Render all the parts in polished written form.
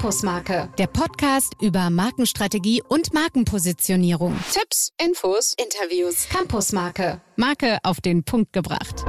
Campusmarke, der Podcast über Markenstrategie und Markenpositionierung. Tipps, Infos, Interviews. Campusmarke, Marke auf den Punkt gebracht.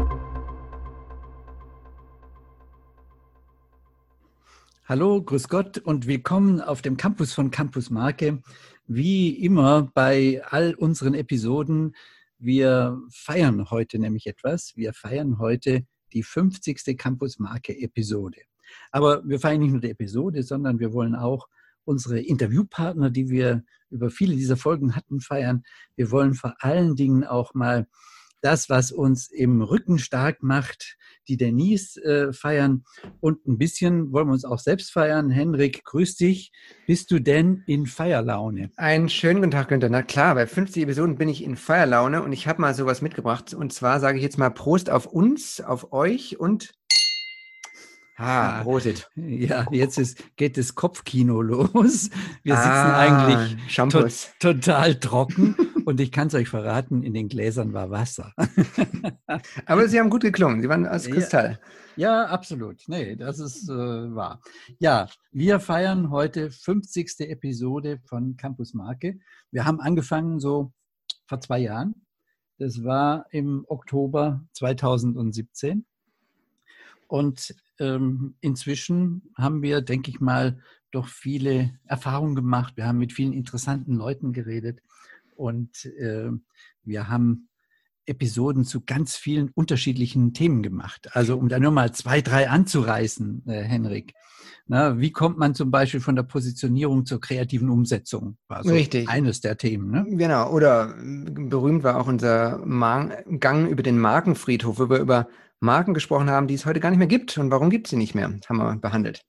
Hallo, grüß Gott und willkommen auf dem Campus von Campusmarke. Wie immer bei all unseren Episoden, wir feiern heute nämlich etwas. Wir feiern heute die 50. Campusmarke-Episode. Aber wir feiern nicht nur die Episode, sondern wir wollen auch unsere Interviewpartner, die wir über viele dieser Folgen hatten, feiern. Wir wollen vor allen Dingen auch mal das, was uns im Rücken stark macht, die Denise feiern. Und ein bisschen wollen wir uns auch selbst feiern. Henrik, grüß dich. Bist du denn in Feierlaune? Einen schönen guten Tag, Günther. Na klar, bei 50 Episoden bin ich in Feierlaune und ich habe mal sowas mitgebracht. Und zwar sage ich jetzt mal Prost auf uns, auf euch und Prosit. Ja, jetzt geht das Kopfkino los. Wir sitzen eigentlich total trocken und ich kann es euch verraten, in den Gläsern war Wasser. Aber sie haben gut geklungen, sie waren aus Kristall. Ja, absolut. Nee, das ist wahr. Ja, wir feiern heute 50. Episode von Campusmarke. Wir haben angefangen so vor 2 Jahren. Das war im Oktober 2017. Und inzwischen haben wir, denke ich mal, doch viele Erfahrungen gemacht. Wir haben mit vielen interessanten Leuten geredet und wir haben Episoden zu ganz vielen unterschiedlichen Themen gemacht. Also um da nur mal 2, 3 anzureißen, Henrik. Na, wie kommt man zum Beispiel von der Positionierung zur kreativen Umsetzung? War so richtig. Eines der Themen. Ne? Genau, oder berühmt war auch unser Gang über den Markenfriedhof, wo wir über Marken gesprochen haben, die es heute gar nicht mehr gibt. Und warum gibt es sie nicht mehr? Haben wir behandelt.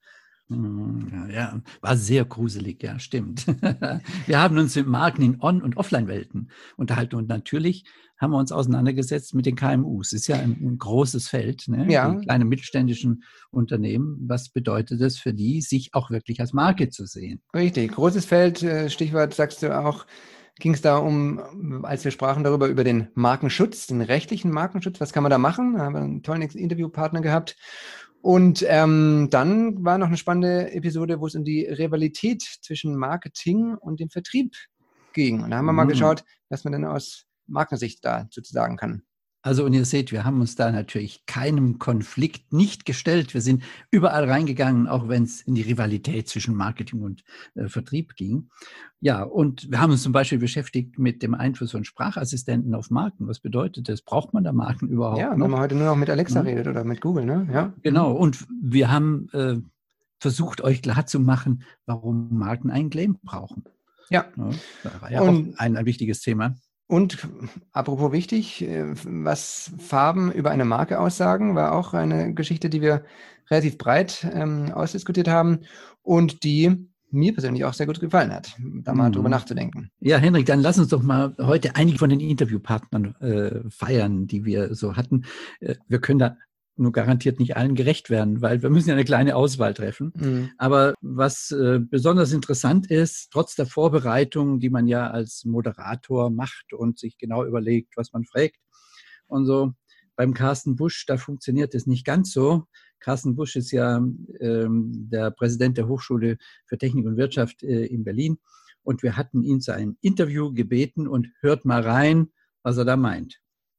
Ja, war sehr gruselig, ja, stimmt. Wir haben uns mit Marken in On- und Offline-Welten unterhalten und natürlich haben wir uns auseinandergesetzt mit den KMUs. Das ist ja ein großes Feld, ne? Ja. Die kleinen mittelständischen Unternehmen. Was bedeutet es für die, sich auch wirklich als Marke zu sehen? Richtig, großes Feld, Stichwort sagst du auch, ging es da als wir sprachen darüber, über den Markenschutz, den rechtlichen Markenschutz, was kann man da machen? Da haben wir einen tollen Interviewpartner gehabt. Und dann war noch eine spannende Episode, wo es um die Rivalität zwischen Marketing und dem Vertrieb ging. Und da haben wir mal geschaut, was man denn aus Markensicht dazu sagen kann. Also und ihr seht, wir haben uns da natürlich keinem Konflikt nicht gestellt. Wir sind überall reingegangen, auch wenn es in die Rivalität zwischen Marketing und Vertrieb ging. Ja, und wir haben uns zum Beispiel beschäftigt mit dem Einfluss von Sprachassistenten auf Marken. Was bedeutet das? Braucht man da Marken überhaupt noch? Ja, wenn man heute nur noch mit Alexa redet oder mit Google, ne? Ja. Genau, und wir haben versucht, euch klarzumachen, warum Marken einen Claim brauchen. Ja. Das war ja auch ein wichtiges Thema. Und apropos wichtig, was Farben über eine Marke aussagen, war auch eine Geschichte, die wir relativ breit ausdiskutiert haben und die mir persönlich auch sehr gut gefallen hat, da mal drüber nachzudenken. Ja, Henrik, dann lass uns doch mal heute einige von den Interviewpartnern feiern, die wir so hatten. Wir können da nur garantiert nicht allen gerecht werden, weil wir müssen ja eine kleine Auswahl treffen. Aber was besonders interessant ist, trotz der Vorbereitung, die man ja als Moderator macht und sich genau überlegt, was man fragt und so, beim Carsten Busch, da funktioniert es nicht ganz so. Carsten Busch ist ja der Präsident der Hochschule für Technik und Wirtschaft in Berlin und wir hatten ihn zu einem Interview gebeten und hört mal rein, was er da meint.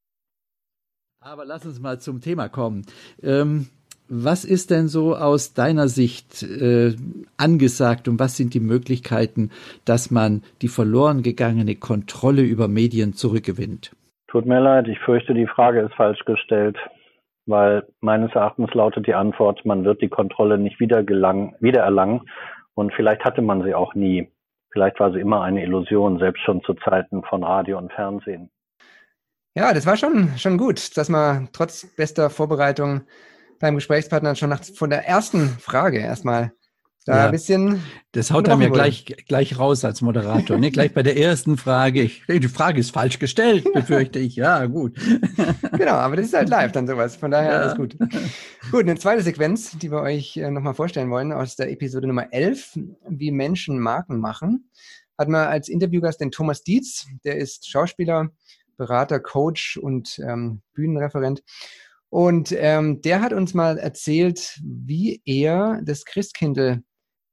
Aber lass uns mal zum Thema kommen. Was ist denn so aus deiner Sicht angesagt und was sind die Möglichkeiten, dass man die verloren gegangene Kontrolle über Medien zurückgewinnt? Tut mir leid, ich fürchte, die Frage ist falsch gestellt, weil meines Erachtens lautet die Antwort, man wird die Kontrolle nicht wiedererlangen und vielleicht hatte man sie auch nie. Vielleicht war sie immer eine Illusion, selbst schon zu Zeiten von Radio und Fernsehen. Ja, das war schon gut, dass man trotz bester Vorbereitung beim Gesprächspartner schon von der ersten Frage erstmal da ein bisschen... Das haut er mir gleich raus als Moderator. Ne? Gleich bei der ersten Frage. Die Frage ist falsch gestellt, befürchte ich. Ja, gut. Genau, aber das ist halt live dann sowas. Von daher alles gut. Gut, eine zweite Sequenz, die wir euch nochmal vorstellen wollen, aus der Episode Nummer 11, wie Menschen Marken machen, hatten wir als Interviewgast den Thomas Dietz. Der ist Schauspieler, Berater, Coach und Bühnenreferent. Und der hat uns mal erzählt, wie er das Christkindl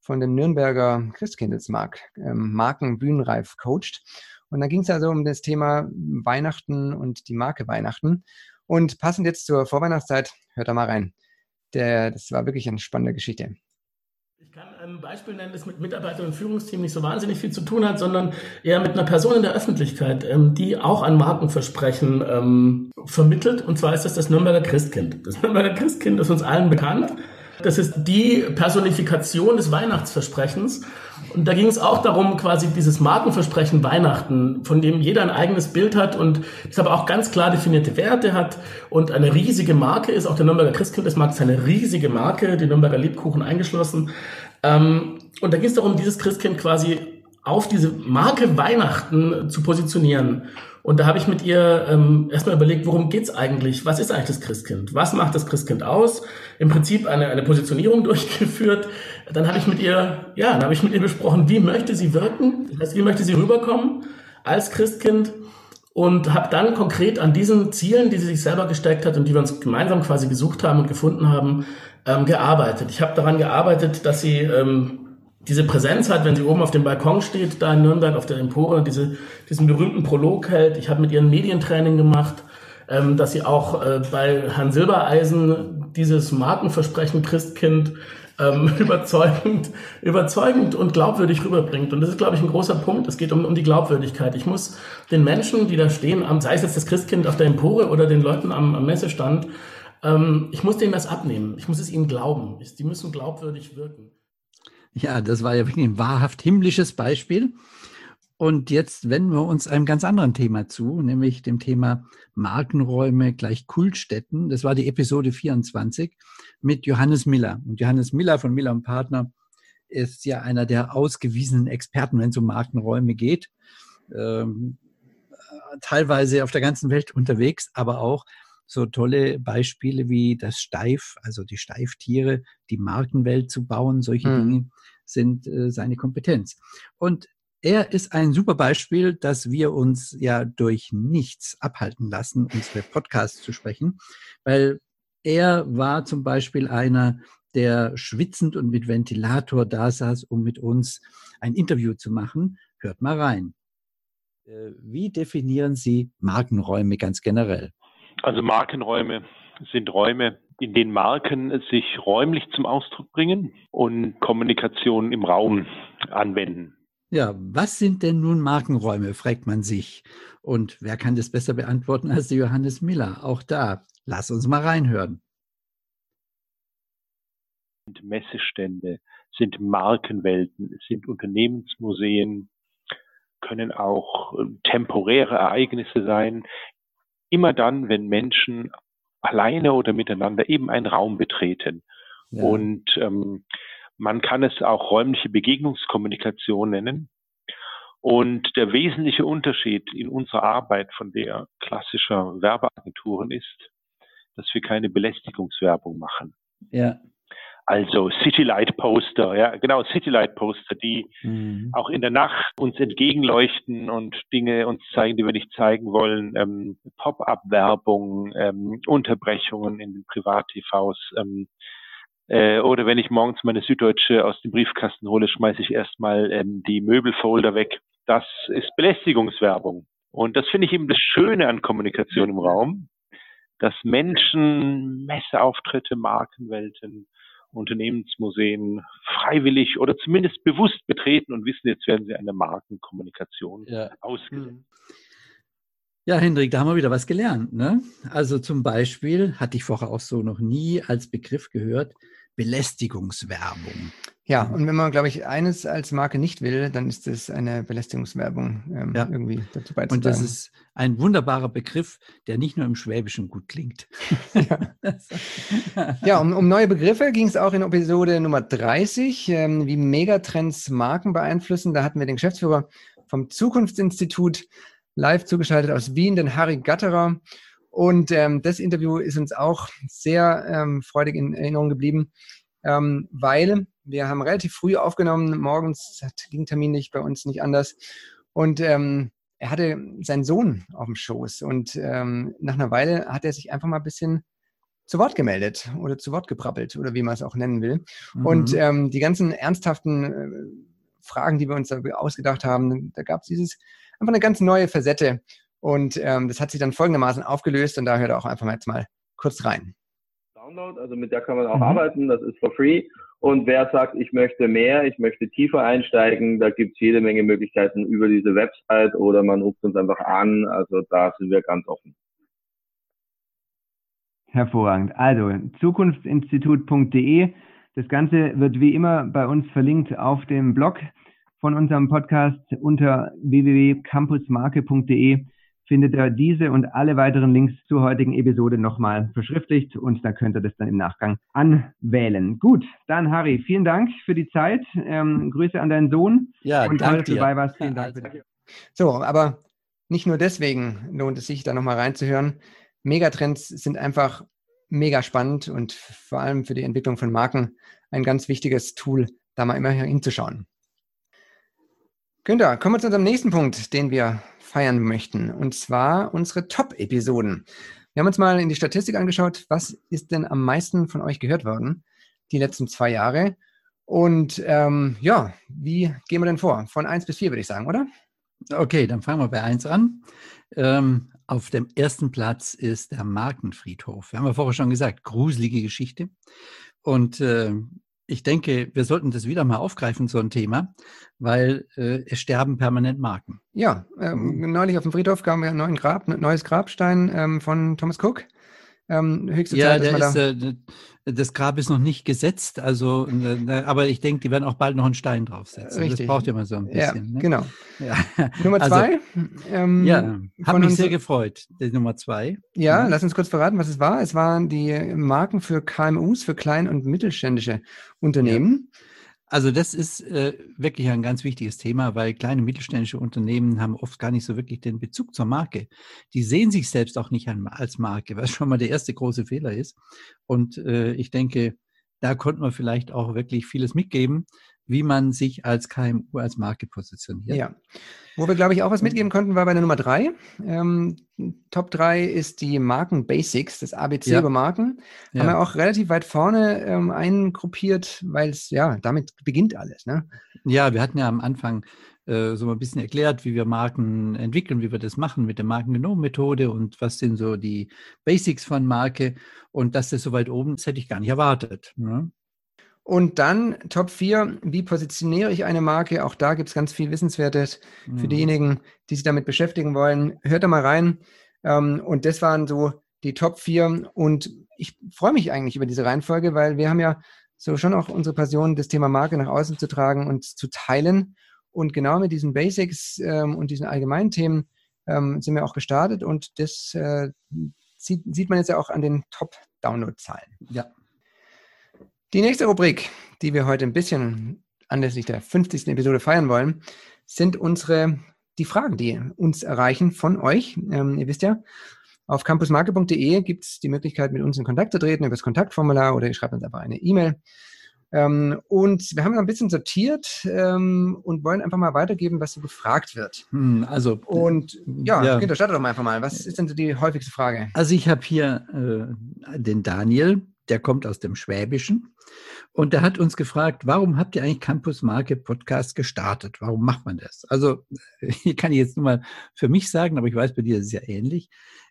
von dem Nürnberger Christkindlesmarkt, Marken bühnenreif coacht. Und da ging es also um das Thema Weihnachten und die Marke Weihnachten. Und passend jetzt zur Vorweihnachtszeit, hört da mal rein. Das war wirklich eine spannende Geschichte. Ich kann ein Beispiel nennen, das mit Mitarbeitern und Führungsteam nicht so wahnsinnig viel zu tun hat, sondern eher mit einer Person in der Öffentlichkeit, die auch ein Markenversprechen vermittelt. Und zwar ist das Nürnberger Christkind. Das Nürnberger Christkind ist uns allen bekannt. Das ist die Personifikation des Weihnachtsversprechens. Und da ging es auch darum, quasi dieses Markenversprechen Weihnachten, von dem jeder ein eigenes Bild hat und deshalb auch ganz klar definierte Werte hat und eine riesige Marke ist. Auch der Nürnberger Christkindlesmarkt ist eine riesige Marke, die Nürnberger Lebkuchen eingeschlossen. Und da ging es darum, dieses Christkind quasi auf diese Marke Weihnachten zu positionieren. Und da habe ich mit ihr erstmal überlegt, worum geht's eigentlich? Was ist eigentlich das Christkind? Was macht das Christkind aus? Im Prinzip eine Positionierung durchgeführt. Dann habe ich mit ihr besprochen, wie möchte sie wirken? Das heißt, wie möchte sie rüberkommen als Christkind? Und habe dann konkret an diesen Zielen, die sie sich selber gesteckt hat und die wir uns gemeinsam quasi gesucht haben und gefunden haben, gearbeitet. Ich habe daran gearbeitet, dass sie diese Präsenz hat, wenn sie oben auf dem Balkon steht, da in Nürnberg auf der Empore, diesen berühmten Prolog hält. Ich habe mit ihr ein Medientraining gemacht, dass sie auch bei Herrn Silbereisen dieses Markenversprechen Christkind überzeugend und glaubwürdig rüberbringt. Und das ist, glaube ich, ein großer Punkt. Es geht um die Glaubwürdigkeit. Ich muss den Menschen, die da stehen, sei es jetzt das Christkind auf der Empore oder den Leuten am Messestand, ich muss denen das abnehmen. Ich muss es ihnen glauben. Die müssen glaubwürdig wirken. Ja, das war ja wirklich ein wahrhaft himmlisches Beispiel. Und jetzt wenden wir uns einem ganz anderen Thema zu, nämlich dem Thema Markenräume gleich Kultstätten. Das war die Episode 24 mit Johannes Miller. Und Johannes Miller von Miller & Partner ist ja einer der ausgewiesenen Experten, wenn es um Markenräume geht. Teilweise auf der ganzen Welt unterwegs, aber auch so tolle Beispiele wie das Steif, also die Steiftiere, die Markenwelt zu bauen, solche Dinge sind seine Kompetenz. Und er ist ein super Beispiel, dass wir uns ja durch nichts abhalten lassen, unsere Podcasts zu sprechen, weil er war zum Beispiel einer, der schwitzend und mit Ventilator da saß, um mit uns ein Interview zu machen. Hört mal rein. Wie definieren Sie Markenräume ganz generell? Also Markenräume sind Räume, in denen Marken sich räumlich zum Ausdruck bringen und Kommunikation im Raum anwenden. Ja, was sind denn nun Markenräume, fragt man sich. Und wer kann das besser beantworten als der Johannes Miller? Auch da, lass uns mal reinhören. Sind Messestände, sind Markenwelten, sind Unternehmensmuseen, können auch temporäre Ereignisse sein. Immer dann, wenn Menschen alleine oder miteinander eben einen Raum betreten. Ja. Und man kann es auch räumliche Begegnungskommunikation nennen. Und der wesentliche Unterschied in unserer Arbeit von der klassischer Werbeagenturen ist, dass wir keine Belästigungswerbung machen. Ja. Also Citylight-Poster, ja, genau, Citylight-Poster, die auch in der Nacht uns entgegenleuchten und Dinge uns zeigen, die wir nicht zeigen wollen, Pop-up-Werbung, Unterbrechungen in den Privat-TVs, oder wenn ich morgens meine Süddeutsche aus dem Briefkasten hole, schmeiße ich erstmal die Möbelfolder weg. Das ist Belästigungswerbung. Und das finde ich eben das Schöne an Kommunikation im Raum, dass Menschen Messeauftritte, Markenwelten, Unternehmensmuseen freiwillig oder zumindest bewusst betreten und wissen, jetzt werden sie einer Markenkommunikation ausgesetzt. Ja, Hendrik, da haben wir wieder was gelernt, ne? Also zum Beispiel, hatte ich vorher auch so noch nie als Begriff gehört, Belästigungswerbung. Ja, und wenn man, glaube ich, eines als Marke nicht will, dann ist es eine Belästigungswerbung irgendwie dazu beizutragen. Und das ist ein wunderbarer Begriff, der nicht nur im Schwäbischen gut klingt. Ja, um neue Begriffe ging es auch in Episode Nummer 30, wie Megatrends Marken beeinflussen. Da hatten wir den Geschäftsführer vom Zukunftsinstitut live zugeschaltet aus Wien, den Harry Gatterer. Und das Interview ist uns auch sehr freudig in Erinnerung geblieben, weil wir haben relativ früh aufgenommen, morgens, das ging terminlich bei uns nicht anders. Und er hatte seinen Sohn auf dem Schoß und nach einer Weile hat er sich einfach mal ein bisschen zu Wort gemeldet oder zu Wort geprappelt oder wie man es auch nennen will. Und die ganzen ernsthaften Fragen, die wir uns da ausgedacht haben, da gab es einfach eine ganz neue Facette. Und das hat sich dann folgendermaßen aufgelöst und da hört auch einfach jetzt mal kurz rein. Download, also mit der kann man auch arbeiten, das ist for free. Und wer sagt, ich möchte mehr, ich möchte tiefer einsteigen, da gibt es jede Menge Möglichkeiten über diese Website oder man ruft uns einfach an, also da sind wir ganz offen. Hervorragend. Also zukunftsinstitut.de. Das Ganze wird wie immer bei uns verlinkt auf dem Blog von unserem Podcast unter www.campusmarke.de. Findet ihr diese und alle weiteren Links zur heutigen Episode nochmal verschriftlicht und da könnt ihr das dann im Nachgang anwählen. Gut, dann Harry, vielen Dank für die Zeit. Grüße an deinen Sohn. Ja, und danke dir. Dabei warst. Vielen Dank. So, aber nicht nur deswegen lohnt es sich, da nochmal reinzuhören. Megatrends sind einfach mega spannend und vor allem für die Entwicklung von Marken ein ganz wichtiges Tool, da mal immer hinzuschauen. Günther, kommen wir zu unserem nächsten Punkt, den wir feiern möchten, und zwar unsere Top-Episoden. Wir haben uns mal in die Statistik angeschaut, was ist denn am meisten von euch gehört worden die letzten 2 Jahre und wie gehen wir denn vor? Von 1 bis 4 würde ich sagen, oder? Okay, dann fangen wir bei 1 an. Auf dem ersten Platz ist der Markenfriedhof. Wir haben ja vorher schon gesagt, gruselige Geschichte. Und ich denke, wir sollten das wieder mal aufgreifen, so ein Thema, weil es sterben permanent Marken. Ja, neulich auf dem Friedhof kam ja ein neues Grabstein von Thomas Cook. Höchste Zeit, dass das Grab ist noch nicht gesetzt, also, aber ich denke, die werden auch bald noch einen Stein draufsetzen. Richtig. Das braucht ja mal so ein bisschen. Ja, ne? genau. Ja. Nummer 2. Hat mich sehr gefreut, die Nummer 2. Ja, lass uns kurz verraten, was es war. Es waren die Marken für KMUs, für klein- und mittelständische Unternehmen. Ja. Also das ist wirklich ein ganz wichtiges Thema, weil kleine mittelständische Unternehmen haben oft gar nicht so wirklich den Bezug zur Marke. Die sehen sich selbst auch nicht als Marke, was schon mal der erste große Fehler ist. Und ich denke, da konnten wir vielleicht auch wirklich vieles mitgeben, wie man sich als KMU, als Marke positioniert. Ja, wo wir, glaube ich, auch was mitgeben konnten, war bei der Nummer 3. Top 3 ist die Marken Basics, das ABC über Marken. Haben wir auch relativ weit vorne eingruppiert, weil es, damit beginnt alles. Ne? Ja, wir hatten ja am Anfang so ein bisschen erklärt, wie wir Marken entwickeln, wie wir das machen mit der Markengenom-Methode und was sind so die Basics von Marke. Und dass das so weit oben ist, hätte ich gar nicht erwartet. Ne? Und dann Top 4, wie positioniere ich eine Marke? Auch da gibt es ganz viel Wissenswertes für diejenigen, die sich damit beschäftigen wollen. Hört da mal rein. Und das waren so die Top 4. Und ich freue mich eigentlich über diese Reihenfolge, weil wir haben ja so schon auch unsere Passion, das Thema Marke nach außen zu tragen und zu teilen. Und genau mit diesen Basics und diesen allgemeinen Themen sind wir auch gestartet. Und das sieht man jetzt ja auch an den Top-Download-Zahlen. Ja. Die nächste Rubrik, die wir heute ein bisschen anlässlich der 50. Episode feiern wollen, sind die Fragen, die uns erreichen von euch. Ihr wisst ja, auf campusmarke.de gibt es die Möglichkeit, mit uns in Kontakt zu treten, über das Kontaktformular oder ihr schreibt uns einfach eine E-Mail. Und wir haben ein bisschen sortiert und wollen einfach mal weitergeben, was so gefragt wird. Günther, starte doch mal einfach mal. Was ist denn so die häufigste Frage? Also ich habe hier den Daniel, der kommt aus dem Schwäbischen und der hat uns gefragt, warum habt ihr eigentlich Campus Marke Podcast gestartet? Warum macht man das? Also hier kann ich jetzt nur mal für mich sagen, aber ich weiß, bei dir ist es ja ähnlich.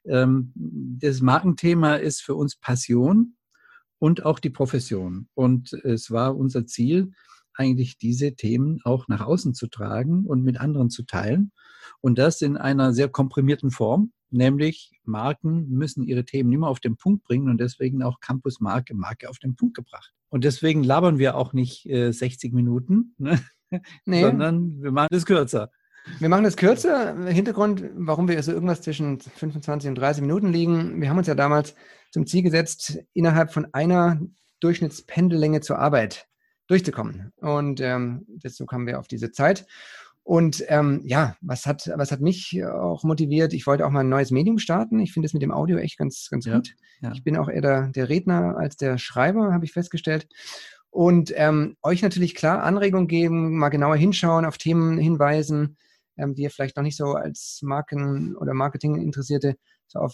Das Markenthema ist für uns Passion und auch die Profession. Und es war unser Ziel, eigentlich diese Themen auch nach außen zu tragen und mit anderen zu teilen. Und das in einer sehr komprimierten Form. Nämlich Marken müssen ihre Themen nicht mehr auf den Punkt bringen und deswegen auch Campus Marke auf den Punkt gebracht. Und deswegen labern wir auch nicht 60 Minuten, ne? Nee. Sondern wir machen das kürzer. Wir machen das kürzer. Hintergrund, warum wir so irgendwas zwischen 25 und 30 Minuten liegen. Wir haben uns ja damals zum Ziel gesetzt, innerhalb von einer Durchschnittspendellänge zur Arbeit durchzukommen. Und so kamen wir auf diese Zeit. Und was hat mich auch motiviert? Ich wollte auch mal ein neues Medium starten. Ich finde es mit dem Audio echt ganz gut. Ja. Ich bin auch eher der Redner als der Schreiber, habe ich festgestellt. Und euch natürlich klar Anregungen geben, mal genauer hinschauen, auf Themen hinweisen, die ihr vielleicht noch nicht so als Marken- oder Marketing-Interessierte so auf dem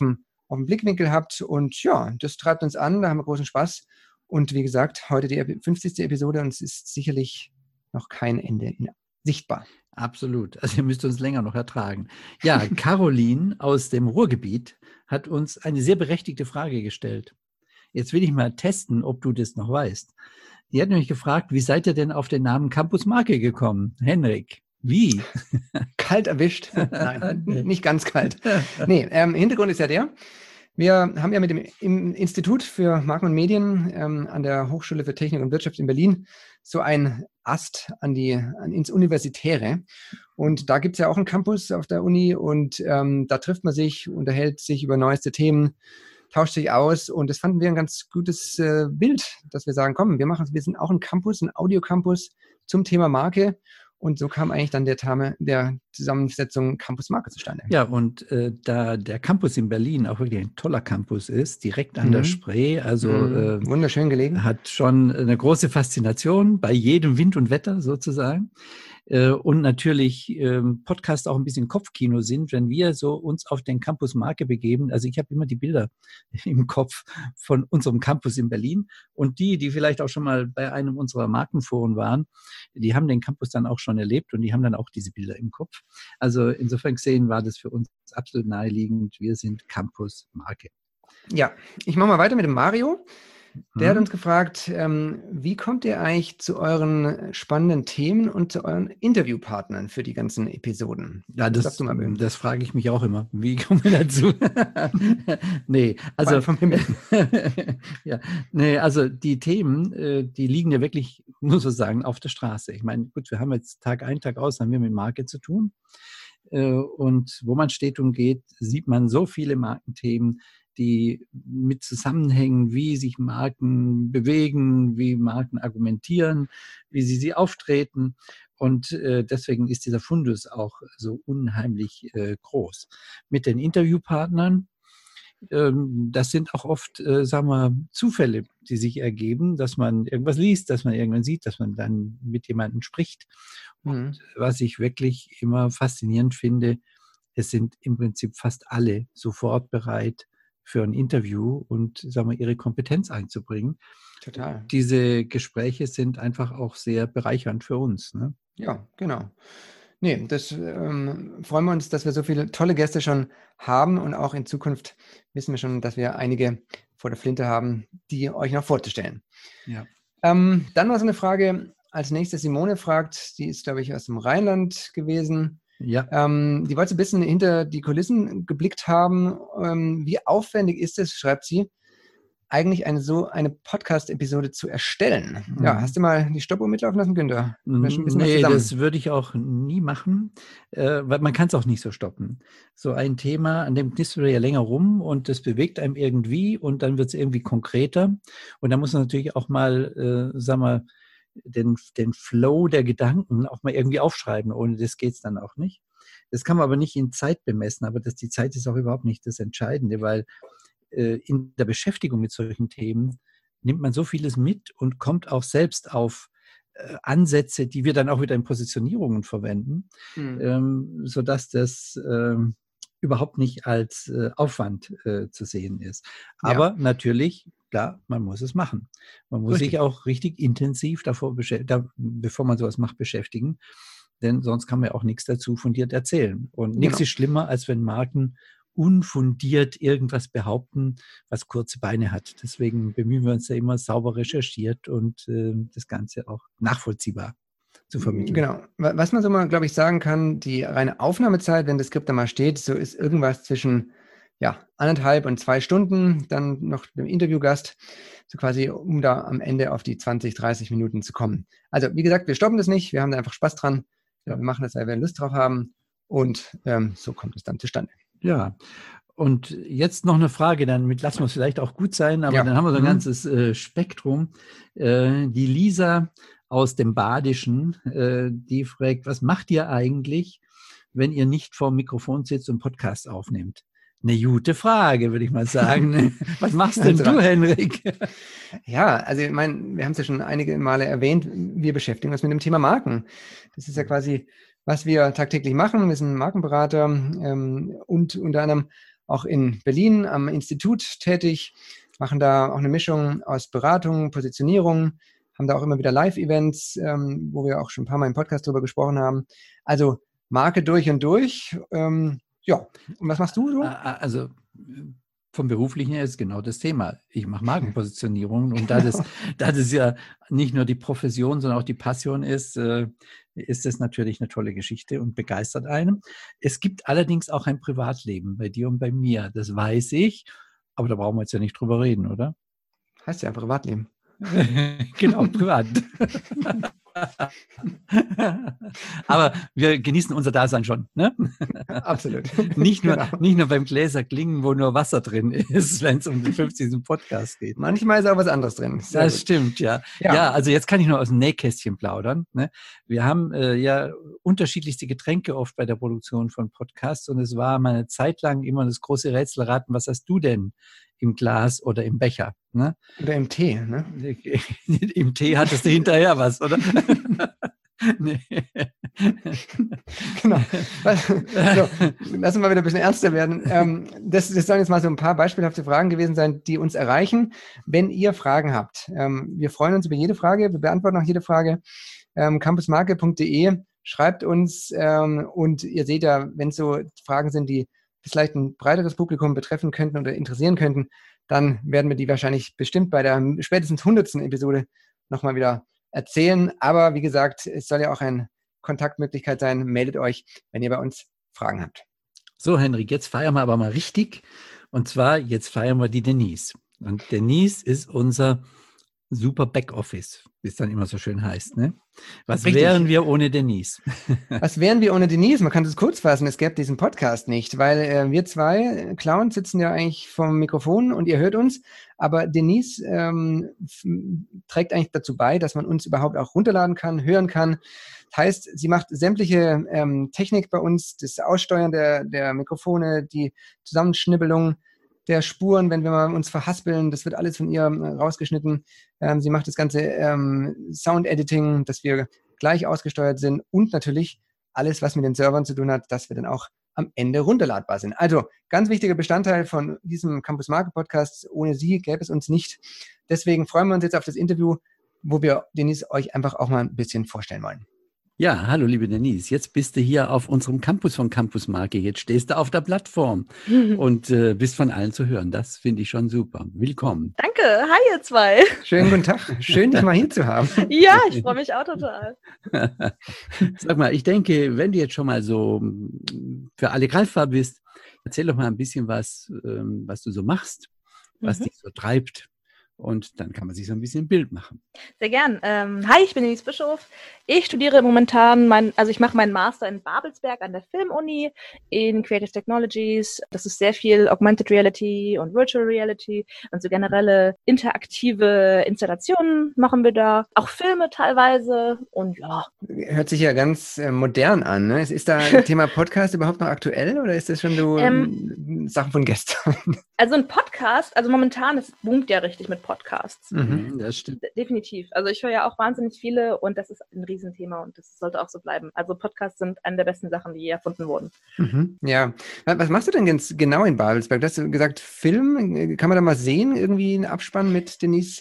auf dem Blickwinkel habt. Und ja, das treibt uns an, da haben wir großen Spaß. Und wie gesagt, heute die 50. Episode und es ist sicherlich noch kein Ende sichtbar. Absolut. Also ihr müsst uns länger noch ertragen. Ja, Caroline aus dem Ruhrgebiet hat uns eine sehr berechtigte Frage gestellt. Jetzt will ich mal testen, ob du das noch weißt. Die hat nämlich gefragt, wie seid ihr denn auf den Namen Campus Marke gekommen? Henrik, wie? Kalt erwischt? Nein, nicht ganz kalt. Nee, Hintergrund ist ja der, wir haben ja mit dem Institut für Marken und Medien an der Hochschule für Technik und Wirtschaft in Berlin so ein Ast ins Universitäre. Und da gibt es ja auch einen Campus auf der Uni und da trifft man sich, unterhält sich über neueste Themen, tauscht sich aus und das fanden wir ein ganz gutes Bild, dass wir sagen, komm, wir sind auch ein Campus, ein Audiocampus zum Thema Marke. Und so kam eigentlich dann der Zusammensetzung Campus Marke zustande. Ja, und da der Campus in Berlin auch wirklich ein toller Campus ist, direkt an der Spree, also wunderschön gelegen, hat schon eine große Faszination bei jedem Wind und Wetter sozusagen. Und natürlich Podcast auch ein bisschen Kopfkino sind, wenn wir so uns auf den Campus Marke begeben. Also ich habe immer die Bilder im Kopf von unserem Campus in Berlin und die vielleicht auch schon mal bei einem unserer Markenforen waren, die haben den Campus dann auch schon erlebt und die haben dann auch diese Bilder im Kopf. Also insofern gesehen war das für uns absolut naheliegend. Wir sind Campus Marke. Ja, ich mache mal weiter mit dem Mario. Der hat uns gefragt, wie kommt ihr eigentlich zu euren spannenden Themen und zu euren Interviewpartnern für die ganzen Episoden? Ja, das frage ich mich auch immer. Wie kommen wir dazu? Nee, also ja, nee, also die Themen, die liegen ja wirklich, muss man sagen, auf der Straße. Ich meine, gut, wir haben jetzt Tag ein, Tag aus, haben wir mit Marke zu tun. Und wo man steht und geht, sieht man so viele Markenthemen, die mit zusammenhängen, wie sich Marken bewegen, wie Marken argumentieren, wie sie auftreten. Und deswegen ist dieser Fundus auch so unheimlich groß. Mit den Interviewpartnern, das sind auch oft, sagen wir, Zufälle, die sich ergeben, dass man irgendwas liest, dass man irgendwann sieht, dass man dann mit jemandem spricht. Und was ich wirklich immer faszinierend finde, es sind im Prinzip fast alle sofort bereit für ein Interview und, sagen wir, ihre Kompetenz einzubringen. Total. Diese Gespräche sind einfach auch sehr bereichernd für uns. Ne? Ja, genau. Nee, das freuen wir uns, dass wir so viele tolle Gäste schon haben und auch in Zukunft wissen wir schon, dass wir einige vor der Flinte haben, die euch noch vorzustellen. Ja. Dann war so eine Frage, als nächstes Simone fragt, die ist, glaube ich, aus dem Rheinland gewesen. Ja. Die wollte ein bisschen hinter die Kulissen geblickt haben. Wie aufwendig ist es, schreibt sie, eigentlich eine Podcast-Episode zu erstellen? Ja, hast du mal die Stoppuhr mitlaufen lassen, Günther? Nee, das würde ich auch nie machen, weil man kann es auch nicht so stoppen. So ein Thema, an dem knistert man ja länger rum und das bewegt einem irgendwie und dann wird es irgendwie konkreter. Und da muss man natürlich auch mal, sagen wir, den Flow der Gedanken auch mal irgendwie aufschreiben. Ohne das geht es dann auch nicht. Das kann man aber nicht in Zeit bemessen, aber die Zeit ist auch überhaupt nicht das Entscheidende, weil in der Beschäftigung mit solchen Themen nimmt man so vieles mit und kommt auch selbst auf Ansätze, die wir dann auch wieder in Positionierungen verwenden, sodass das überhaupt nicht als Aufwand zu sehen ist. Aber natürlich, klar, man muss es machen. Man muss sich auch richtig intensiv bevor man sowas macht, beschäftigen. Denn sonst kann man ja auch nichts dazu fundiert erzählen. Und nichts ist schlimmer, als wenn Marken unfundiert irgendwas behaupten, was kurze Beine hat. Deswegen bemühen wir uns ja immer sauber recherchiert und das Ganze auch nachvollziehbar zu vermitteln. Genau. Was man so mal, glaube ich, sagen kann, die reine Aufnahmezeit, wenn das Skript da mal steht, so ist irgendwas zwischen 1,5 und 2 Stunden, dann noch dem Interviewgast, so quasi, um da am Ende auf die 20, 30 Minuten zu kommen. Also, wie gesagt, wir stoppen das nicht, wir haben da einfach Spaß dran, wir machen das, weil wir Lust drauf haben und so kommt es dann zustande. Ja, und jetzt noch eine Frage, damit lassen wir es vielleicht auch gut sein, aber dann haben wir so ein ganzes Spektrum. Die Lisa aus dem Badischen, die fragt, was macht ihr eigentlich, wenn ihr nicht vor dem Mikrofon sitzt und Podcast aufnehmt? Eine gute Frage, würde ich mal sagen. Was machst denn du, Henrik? Ja, also ich meine, wir haben es ja schon einige Male erwähnt, wir beschäftigen uns mit dem Thema Marken. Das ist ja quasi, was wir tagtäglich machen. Wir sind Markenberater und unter anderem auch in Berlin am Institut tätig, machen da auch eine Mischung aus Beratung, Positionierung, haben da auch immer wieder Live-Events, wo wir auch schon ein paar Mal im Podcast drüber gesprochen haben. Also Marke durch und durch. Ja, und was machst du so? Also vom Beruflichen her ist genau das Thema. Ich mache Markenpositionierung und da das ja nicht nur die Profession, sondern auch die Passion ist, ist das natürlich eine tolle Geschichte und begeistert einen. Es gibt allerdings auch ein Privatleben bei dir und bei mir, das weiß ich, aber da brauchen wir jetzt ja nicht drüber reden, oder? Heißt ja Privatleben. Genau, privat. Aber wir genießen unser Dasein schon, ne? Absolut. Nicht nur beim Gläser klingen, wo nur Wasser drin ist, wenn es um den 50. Podcast geht. Manchmal ist auch was anderes drin. Das stimmt, ja. Ja, also jetzt kann ich nur aus dem Nähkästchen plaudern. Ne? Wir haben ja unterschiedlichste Getränke oft bei der Produktion von Podcasts und es war mal eine Zeit lang immer das große Rätselraten, was hast du denn im Glas oder im Becher? Ne? Oder im Tee, ne? Im Tee hattest du hinterher was, oder? Nee. Genau. So, lass uns mal wieder ein bisschen ernster werden. Das sollen jetzt mal so ein paar beispielhafte Fragen gewesen sein, die uns erreichen. Wenn ihr Fragen habt, wir freuen uns über jede Frage, wir beantworten auch jede Frage. campusmarke.de, schreibt uns und ihr seht ja, wenn es so Fragen sind, die vielleicht ein breiteres Publikum betreffen könnten oder interessieren könnten, dann werden wir die wahrscheinlich bestimmt bei der spätestens 100. Episode nochmal wieder erzählen. Aber wie gesagt, es soll ja auch eine Kontaktmöglichkeit sein. Meldet euch, wenn ihr bei uns Fragen habt. So, Henrik, jetzt feiern wir aber mal richtig. Und zwar, jetzt feiern wir die Denise. Und Denise ist unser super Backoffice, wie es dann immer so schön heißt. Ne? Was wären wir ohne Denise? Was wären wir ohne Denise? Man kann es kurz fassen, es gäbe diesen Podcast nicht, weil wir zwei Clowns sitzen ja eigentlich vom Mikrofon und ihr hört uns, aber Denise trägt eigentlich dazu bei, dass man uns überhaupt auch runterladen kann, hören kann. Das heißt, sie macht sämtliche Technik bei uns, das Aussteuern der Mikrofone, die Zusammenschnibbelung der Spuren, wenn wir mal uns verhaspeln, das wird alles von ihr rausgeschnitten. Sie macht das ganze Sound-Editing, dass wir gleich ausgesteuert sind und natürlich alles, was mit den Servern zu tun hat, dass wir dann auch am Ende runterladbar sind. Also ganz wichtiger Bestandteil von diesem Campus Marke Podcast. Ohne sie gäbe es uns nicht. Deswegen freuen wir uns jetzt auf das Interview, wo wir Denise euch einfach auch mal ein bisschen vorstellen wollen. Ja, hallo liebe Denise, jetzt bist du hier auf unserem Campus von Campus Marke, jetzt stehst du auf der Plattform und bist von allen zu hören, das finde ich schon super. Willkommen. Danke, hi ihr zwei. Schönen guten Tag, schön dich mal hier zu haben. Ja, ich freue mich auch total. Sag mal, ich denke, wenn du jetzt schon mal so für alle greifbar bist, erzähl doch mal ein bisschen was du so machst, was dich so treibt. Und dann kann man sich so ein bisschen ein Bild machen. Sehr gern. Hi, ich bin Denise Bischof. Ich studiere momentan, ich mache meinen Master in Babelsberg an der Filmuni in Creative Technologies. Das ist sehr viel Augmented Reality und Virtual Reality und so generelle interaktive Installationen machen wir da. Auch Filme teilweise und ja. Hört sich ja ganz modern an, ne? Ist da Thema Podcast überhaupt noch aktuell oder ist das schon so Sachen von gestern? Also ein Podcast, momentan, es boomt ja richtig mit Podcasts. Das stimmt. Definitiv. Also ich höre ja auch wahnsinnig viele und das ist ein Riesenthema und das sollte auch so bleiben. Also Podcasts sind eine der besten Sachen, die je erfunden wurden. Ja. Was machst du denn ganz genau in Babelsberg? Du hast gesagt, Film, kann man da mal sehen? Irgendwie einen Abspann mit Denise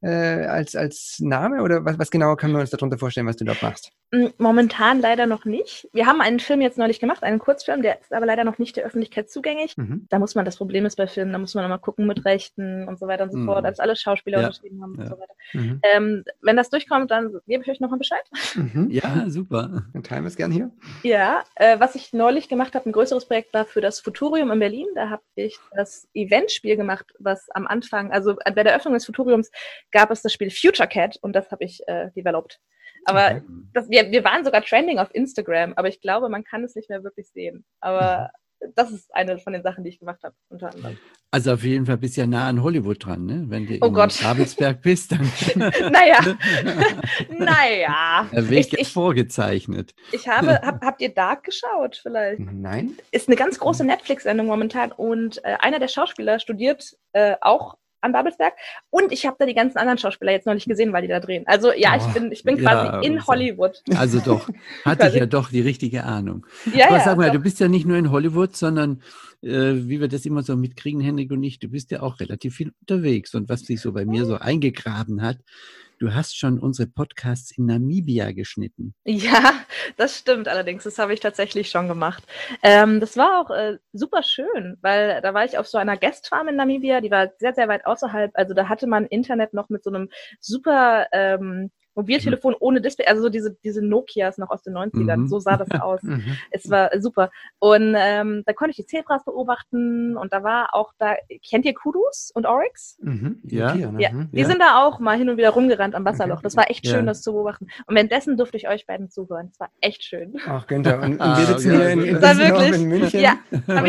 als Name oder was genau können wir uns darunter vorstellen, was du dort machst? Momentan leider noch nicht. Wir haben einen Film jetzt neulich gemacht, einen Kurzfilm, der ist aber leider noch nicht der Öffentlichkeit zugänglich. Da muss man, das Problem ist bei Filmen, da muss man nochmal gucken mit Rechten und so weiter und so fort, als alle Schauspieler unterschrieben haben und so weiter. Wenn das durchkommt, dann gebe ich euch nochmal Bescheid. Ja, super. Dann teilen wir es gern hier. Ja, was ich neulich gemacht habe, ein größeres Projekt war für das Futurium in Berlin. Da habe ich das Eventspiel gemacht, was am Anfang, also bei der Öffnung des Futuriums gab es das Spiel Future Cat und das habe ich developed. Aber wir waren sogar trending auf Instagram, aber ich glaube, man kann es nicht mehr wirklich sehen. Aber das ist eine von den Sachen, die ich gemacht habe, unter anderem. Also auf jeden Fall bist du ja nah an Hollywood dran, ne? Wenn du in Babelsberg bist, dann naja. Weg vorgezeichnet. Habt ihr Dark geschaut vielleicht? Nein. Ist eine ganz große Netflix-Sendung momentan und einer der Schauspieler studiert auch an Babelsberg. Und ich habe da die ganzen anderen Schauspieler jetzt noch nicht gesehen, weil die da drehen. Also ja, ich bin quasi in Hollywood. Also doch, hatte ich ja doch die richtige Ahnung. Ja, aber sag mal, doch. du bist ja nicht nur in Hollywood, sondern wie wir das immer so mitkriegen, Henrik und ich, du bist ja auch relativ viel unterwegs. Und was sich so bei mir so eingegraben hat, du hast schon unsere Podcasts in Namibia geschnitten. Ja, das stimmt allerdings. Das habe ich tatsächlich schon gemacht. Das war auch super schön, weil da war ich auf so einer Guestfarm in Namibia, die war sehr, sehr weit außerhalb. Also da hatte man Internet noch mit so einem super Mobiltelefon ohne Display, also so diese Nokias noch aus den 90ern, so sah das aus. Es war super. Und da konnte ich die Zebras beobachten und da war auch kennt ihr Kudus und Oryx? Ja. Die sind da auch mal hin und wieder rumgerannt am Wasserloch. Das war echt schön, das zu beobachten. Und währenddessen durfte ich euch beiden zuhören. Das war echt schön. Ach, Günther, und wir sitzen hier in München. Ja,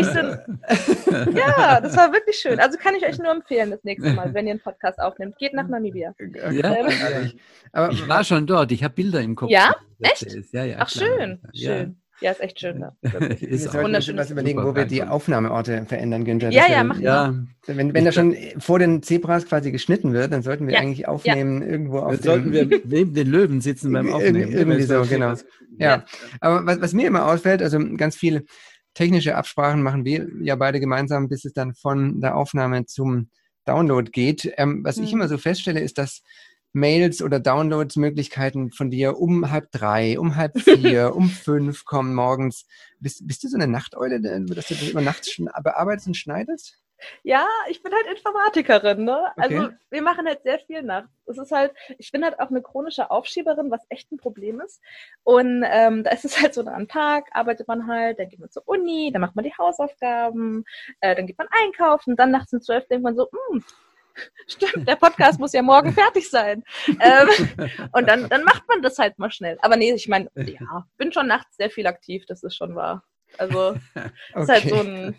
ja, das war wirklich schön. Also kann ich euch nur empfehlen, das nächste Mal, wenn ihr einen Podcast aufnehmt. Geht nach Namibia. Ja, aber ich war schon dort. Ich habe Bilder im Kopf. Ja? Echt? Ja, ach, schön. Schön. Ja, ist echt schön. Da. Wir sollten uns was überlegen, wo wir die Aufnahmeorte verändern, Günther. Machen wir. Wenn da schon vor den Zebras quasi geschnitten wird, dann sollten wir eigentlich aufnehmen irgendwo auf dem... Sollten wir neben den Löwen sitzen beim Aufnehmen. Irgendwie so, genau. Ja. Aber was mir immer auffällt, also ganz viel technische Absprachen machen wir ja beide gemeinsam, bis es dann von der Aufnahme zum Download geht. Was ich immer so feststelle, ist, dass Mails oder Downloadsmöglichkeiten von dir um 2:30, um 3:30, um 5 kommen morgens. Bist du so eine Nachteule, dass du das immer nachts bearbeitest und schneidest? Ja, ich bin halt Informatikerin, ne? Okay. Also wir machen halt sehr viel nachts. Es ist halt, ich bin halt auch eine chronische Aufschieberin, was echt ein Problem ist. Und da ist es halt so, am Tag arbeitet man halt, dann geht man zur Uni, dann macht man die Hausaufgaben, dann geht man einkaufen, dann nachts um 12 denkt man so, stimmt, der Podcast muss ja morgen fertig sein. Und dann macht man das halt mal schnell. Aber nee, ich meine, ja, bin schon nachts sehr viel aktiv, das ist schon wahr. Also, ist halt so ein,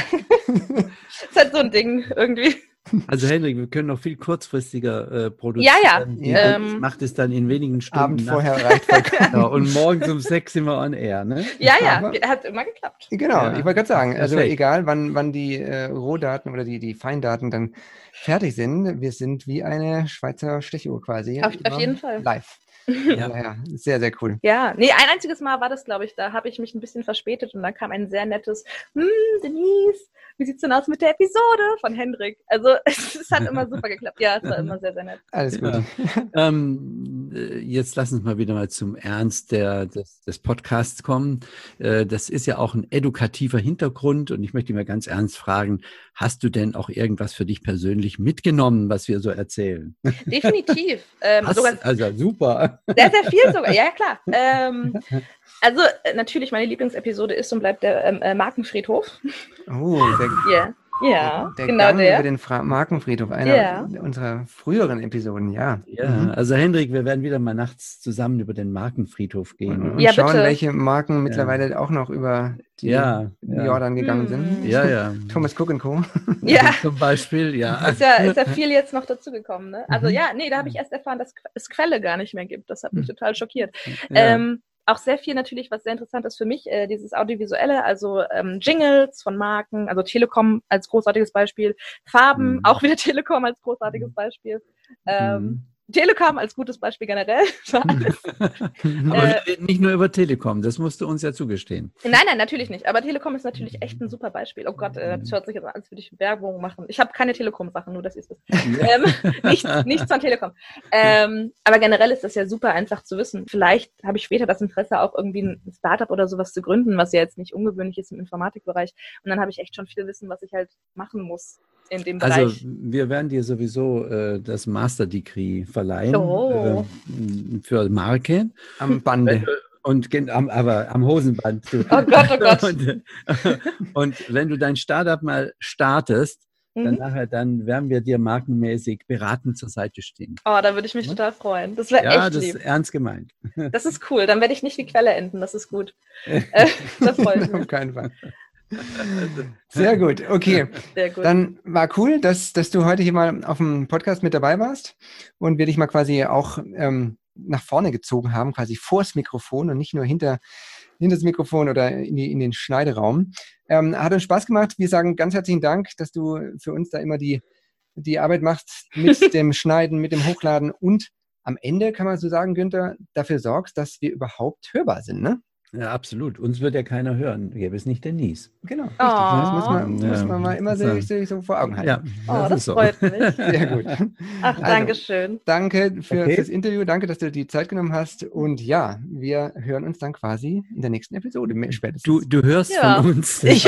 ist halt so ein Ding irgendwie. Also Henrik, wir können noch viel kurzfristiger produzieren. Ja. Macht es dann in wenigen Stunden. Abend vorher reicht vollkommen. Genau, und morgens um 6 sind wir on air, ne? Ja, hat immer geklappt. Genau, ich wollte gerade sagen, also perfekt. egal wann die Rohdaten oder die Feindaten dann fertig sind, wir sind wie eine Schweizer Stechuhr quasi. Auf jeden Fall. Live. Ja, sehr, sehr cool. Ja, nee, ein einziges Mal war das, glaube ich, da habe ich mich ein bisschen verspätet und dann kam ein sehr nettes, Denise, wie sieht's denn aus mit der Episode von Hendrik? Also es hat immer super geklappt. Ja, es war immer sehr, sehr nett. Alles gut. Ja. Jetzt lass uns mal wieder mal zum Ernst des Podcasts kommen. Das ist ja auch ein edukativer Hintergrund und ich möchte mal ganz ernst fragen, hast du denn auch irgendwas für dich persönlich mitgenommen, was wir so erzählen? Definitiv. Also super. Sehr, sehr viel sogar, ja klar. Also natürlich, meine Lieblingsepisode ist und bleibt der Markenfriedhof. Oh, ja, der genau Gang der. über den Markenfriedhof, einer unserer früheren Episoden, ja. Ja, also Hendrik, wir werden wieder mal nachts zusammen über den Markenfriedhof gehen. Und schauen, welche Marken mittlerweile auch noch über die Jordan gegangen sind. Ja. Thomas Cook & Co. Ja. Zum Beispiel, ja. Ist ja viel jetzt noch dazugekommen, ne? Also da habe ich erst erfahren, dass es Quelle gar nicht mehr gibt. Das hat mich total schockiert. Ja. Auch sehr viel natürlich, was sehr interessant ist für mich, dieses Audiovisuelle, also Jingles von Marken, also Telekom als großartiges Beispiel, Farben, auch wieder Telekom als großartiges Beispiel, Telekom als gutes Beispiel generell. Aber wir reden nicht nur über Telekom, das musst du uns ja zugestehen. Nein, natürlich nicht. Aber Telekom ist natürlich echt ein super Beispiel. Oh Gott, das hört sich jetzt an, als würde ich Werbung machen. Ich habe keine Telekom-Sachen, nur dass ihr es wisst. Nichts von Telekom. Aber generell ist das ja super einfach zu wissen. Vielleicht habe ich später das Interesse, auch irgendwie ein Startup oder sowas zu gründen, was ja jetzt nicht ungewöhnlich ist im Informatikbereich. Und dann habe ich echt schon viel Wissen, was ich halt machen muss in dem Bereich. Also wir werden dir sowieso das Master Degree verleihen für Marke. Am Bande. Aber am Hosenband. Oh Gott. Und wenn du dein Startup mal startest, dann werden wir dir markenmäßig beratend zur Seite stehen. Oh, da würde ich mich total freuen. Das wäre echt lieb. Ja, das ist ernst gemeint. Das ist cool. Dann werde ich nicht wie Quelle enden. Das ist gut. Das freut mich. Auf keinen Fall. Sehr gut, okay. Sehr gut. Dann war cool, dass du heute hier mal auf dem Podcast mit dabei warst und wir dich mal quasi auch nach vorne gezogen haben, quasi vors Mikrofon und nicht nur hinter das Mikrofon oder in den Schneideraum. Hat uns Spaß gemacht. Wir sagen ganz herzlichen Dank, dass du für uns da immer die die Arbeit machst mit dem Schneiden, mit dem Hochladen und am Ende, kann man so sagen, Günther, dafür sorgst, dass wir überhaupt hörbar sind, ne? Ja, absolut. Uns wird ja keiner hören. Gäbe es nicht Denise. Genau, richtig. Das muss man mal immer sich so vor Augen halten. Ja, das freut mich. Sehr gut. Ach, danke schön. Danke fürs Interview. Danke, dass du die Zeit genommen hast. Und ja, wir hören uns dann quasi in der nächsten Episode spätestens. Du hörst von uns. Ich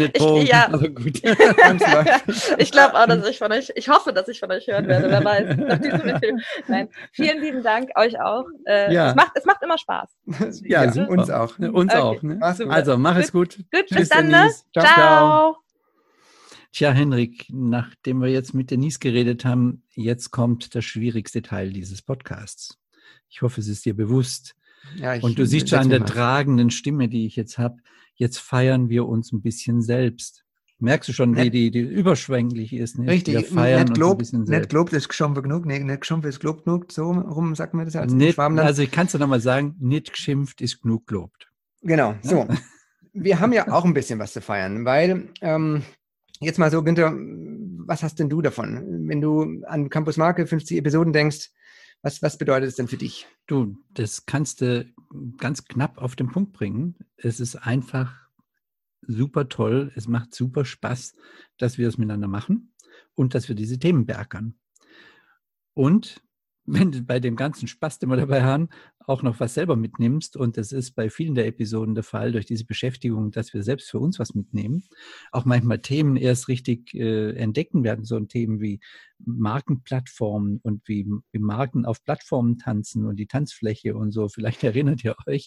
glaube auch, dass ich hoffe, dass ich von euch hören werde. Wer weiß. Nach diesem Interview. Nein. Vielen lieben Dank, euch auch. Es macht immer Spaß. Ja, uns auch. Uns auch. Ne? Also, mach es gut. Gut, bis dann. Ne? Ciao. Tja, Henrik, nachdem wir jetzt mit Denise geredet haben, jetzt kommt der schwierigste Teil dieses Podcasts. Ich hoffe, es ist dir bewusst. Ja, und du siehst schon an der tragenden Stimme, die ich jetzt habe, jetzt feiern wir uns ein bisschen selbst. Merkst du schon, wie die überschwänglich ist? Ne? Richtig, nicht gelobt ist geschimpft genug, nicht geschimpft ist gelobt genug, so rum sagt man das als Schwabenland. Also ich kann es dir nochmal sagen, nicht geschimpft ist genug gelobt. Genau, so. Wir haben ja auch ein bisschen was zu feiern, weil jetzt mal so, Günther, was hast denn du davon? Wenn du an Campus Marke 50 Episoden denkst, was bedeutet es denn für dich? Du, das kannst du ganz knapp auf den Punkt bringen. Es ist einfach super toll, es macht super Spaß, dass wir es miteinander machen und dass wir diese Themen beackern. Und wenn du bei dem ganzen Spaß, den wir dabei haben, auch noch was selber mitnimmst, und das ist bei vielen der Episoden der Fall, durch diese Beschäftigung, dass wir selbst für uns was mitnehmen, auch manchmal Themen erst richtig entdecken werden, so Themen wie Markenplattformen und wie Marken auf Plattformen tanzen und die Tanzfläche und so, vielleicht erinnert ihr euch.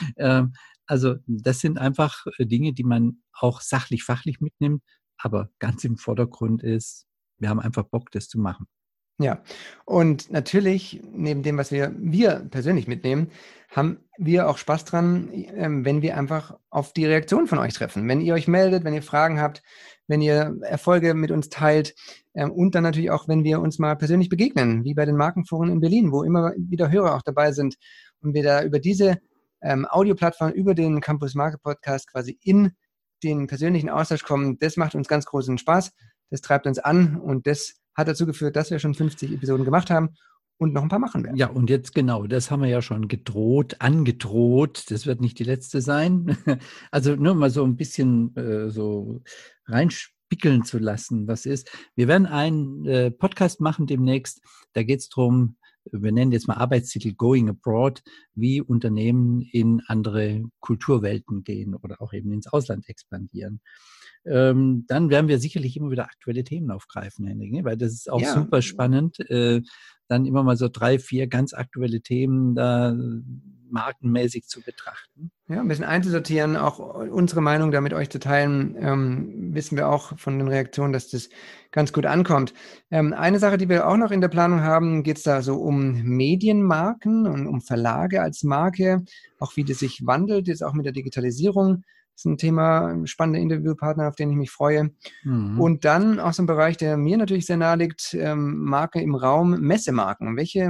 Also das sind einfach Dinge, die man auch sachlich-fachlich mitnimmt, aber ganz im Vordergrund ist, wir haben einfach Bock, das zu machen. Ja, und natürlich, neben dem, was wir persönlich mitnehmen, haben wir auch Spaß dran, wenn wir einfach auf die Reaktion von euch treffen. Wenn ihr euch meldet, wenn ihr Fragen habt, wenn ihr Erfolge mit uns teilt und dann natürlich auch, wenn wir uns mal persönlich begegnen, wie bei den Markenforen in Berlin, wo immer wieder Hörer auch dabei sind und wir da über diese Audioplattform, über den Campus Marke Podcast quasi in den persönlichen Austausch kommen. Das macht uns ganz großen Spaß, das treibt uns an und das hat dazu geführt, dass wir schon 50 Episoden gemacht haben und noch ein paar machen werden. Ja, und jetzt genau, das haben wir ja schon angedroht. Das wird nicht die letzte sein. Also nur mal so ein bisschen so reinspickeln zu lassen, was ist. Wir werden einen Podcast machen demnächst. Da geht es darum, wir nennen jetzt mal Arbeitstitel Going Abroad, wie Unternehmen in andere Kulturwelten gehen oder auch eben ins Ausland expandieren. Dann werden wir sicherlich immer wieder aktuelle Themen aufgreifen, Henrik, ne? Weil das ist auch super spannend, dann immer mal so 3, 4 ganz aktuelle Themen da markenmäßig zu betrachten. Ja, ein bisschen einzusortieren, auch unsere Meinung da mit euch zu teilen, wissen wir auch von den Reaktionen, dass das ganz gut ankommt. Eine Sache, die wir auch noch in der Planung haben, geht es da so um Medienmarken und um Verlage als Marke, auch wie das sich wandelt, jetzt auch mit der Digitalisierung. Das ist ein Thema, ein spannender Interviewpartner, auf den ich mich freue. Mhm. Und dann auch so ein Bereich, der mir natürlich sehr nahe liegt, Marke im Raum, Messemarken. Welche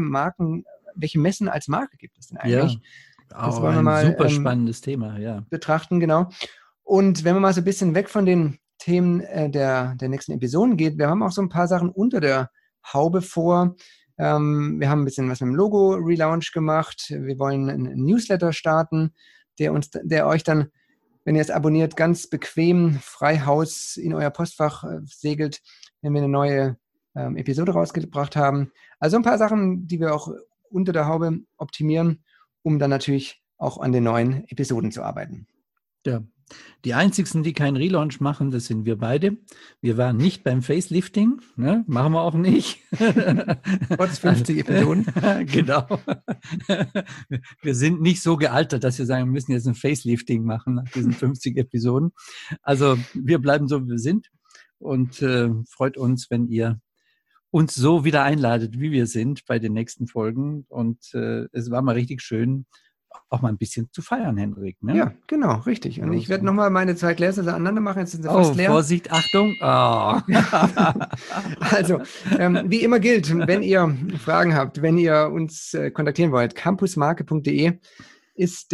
Messen als Marke gibt es denn eigentlich? Ja, das wollen wir mal super spannendes Thema, betrachten, genau. Und wenn man mal so ein bisschen weg von den Themen der nächsten Episoden geht, wir haben auch so ein paar Sachen unter der Haube vor. Wir haben ein bisschen was mit dem Logo-Relaunch gemacht. Wir wollen einen Newsletter starten, der euch dann, wenn ihr es abonniert, ganz bequem frei Haus in euer Postfach segelt, wenn wir eine neue Episode rausgebracht haben. Also ein paar Sachen, die wir auch unter der Haube optimieren, um dann natürlich auch an den neuen Episoden zu arbeiten. Ja, die einzigsten, die keinen Relaunch machen, das sind wir beide. Wir waren nicht beim Facelifting, ne? Machen wir auch nicht. Trotz 50 Episoden. Genau. Wir sind nicht so gealtert, dass wir sagen, wir müssen jetzt ein Facelifting machen nach diesen 50 Episoden. Also wir bleiben so, wie wir sind und freut uns, wenn ihr uns so wieder einladet, wie wir sind bei den nächsten Folgen. Und es war mal richtig schön, auch mal ein bisschen zu feiern, Henrik. Ne? Ja, genau, richtig. Und ich werde nochmal meine 2 Gläser aneinander machen. Jetzt sind sie fast leer. Vorsicht, Achtung. Oh. Also, wie immer gilt, wenn ihr Fragen habt, wenn ihr uns kontaktieren wollt, campusmarke.de ist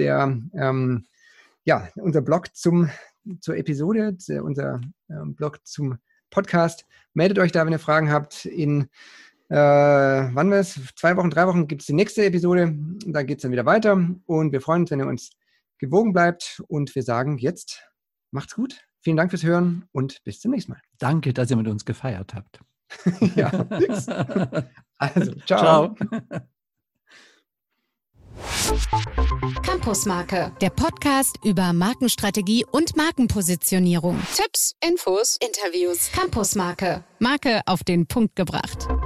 unser Blog zur Episode, unser Blog zum Podcast. Meldet euch da, wenn ihr Fragen habt. In wann war es? 2 Wochen, 3 Wochen gibt es die nächste Episode. Da geht es dann wieder weiter. Und wir freuen uns, wenn ihr uns gewogen bleibt. Und wir sagen jetzt, macht's gut. Vielen Dank fürs Hören und bis zum nächsten Mal. Danke, dass ihr mit uns gefeiert habt. Ja, nix. Also, ciao. Campusmarke, der Podcast über Markenstrategie und Markenpositionierung. Tipps, Infos, Interviews. Campusmarke, Marke auf den Punkt gebracht.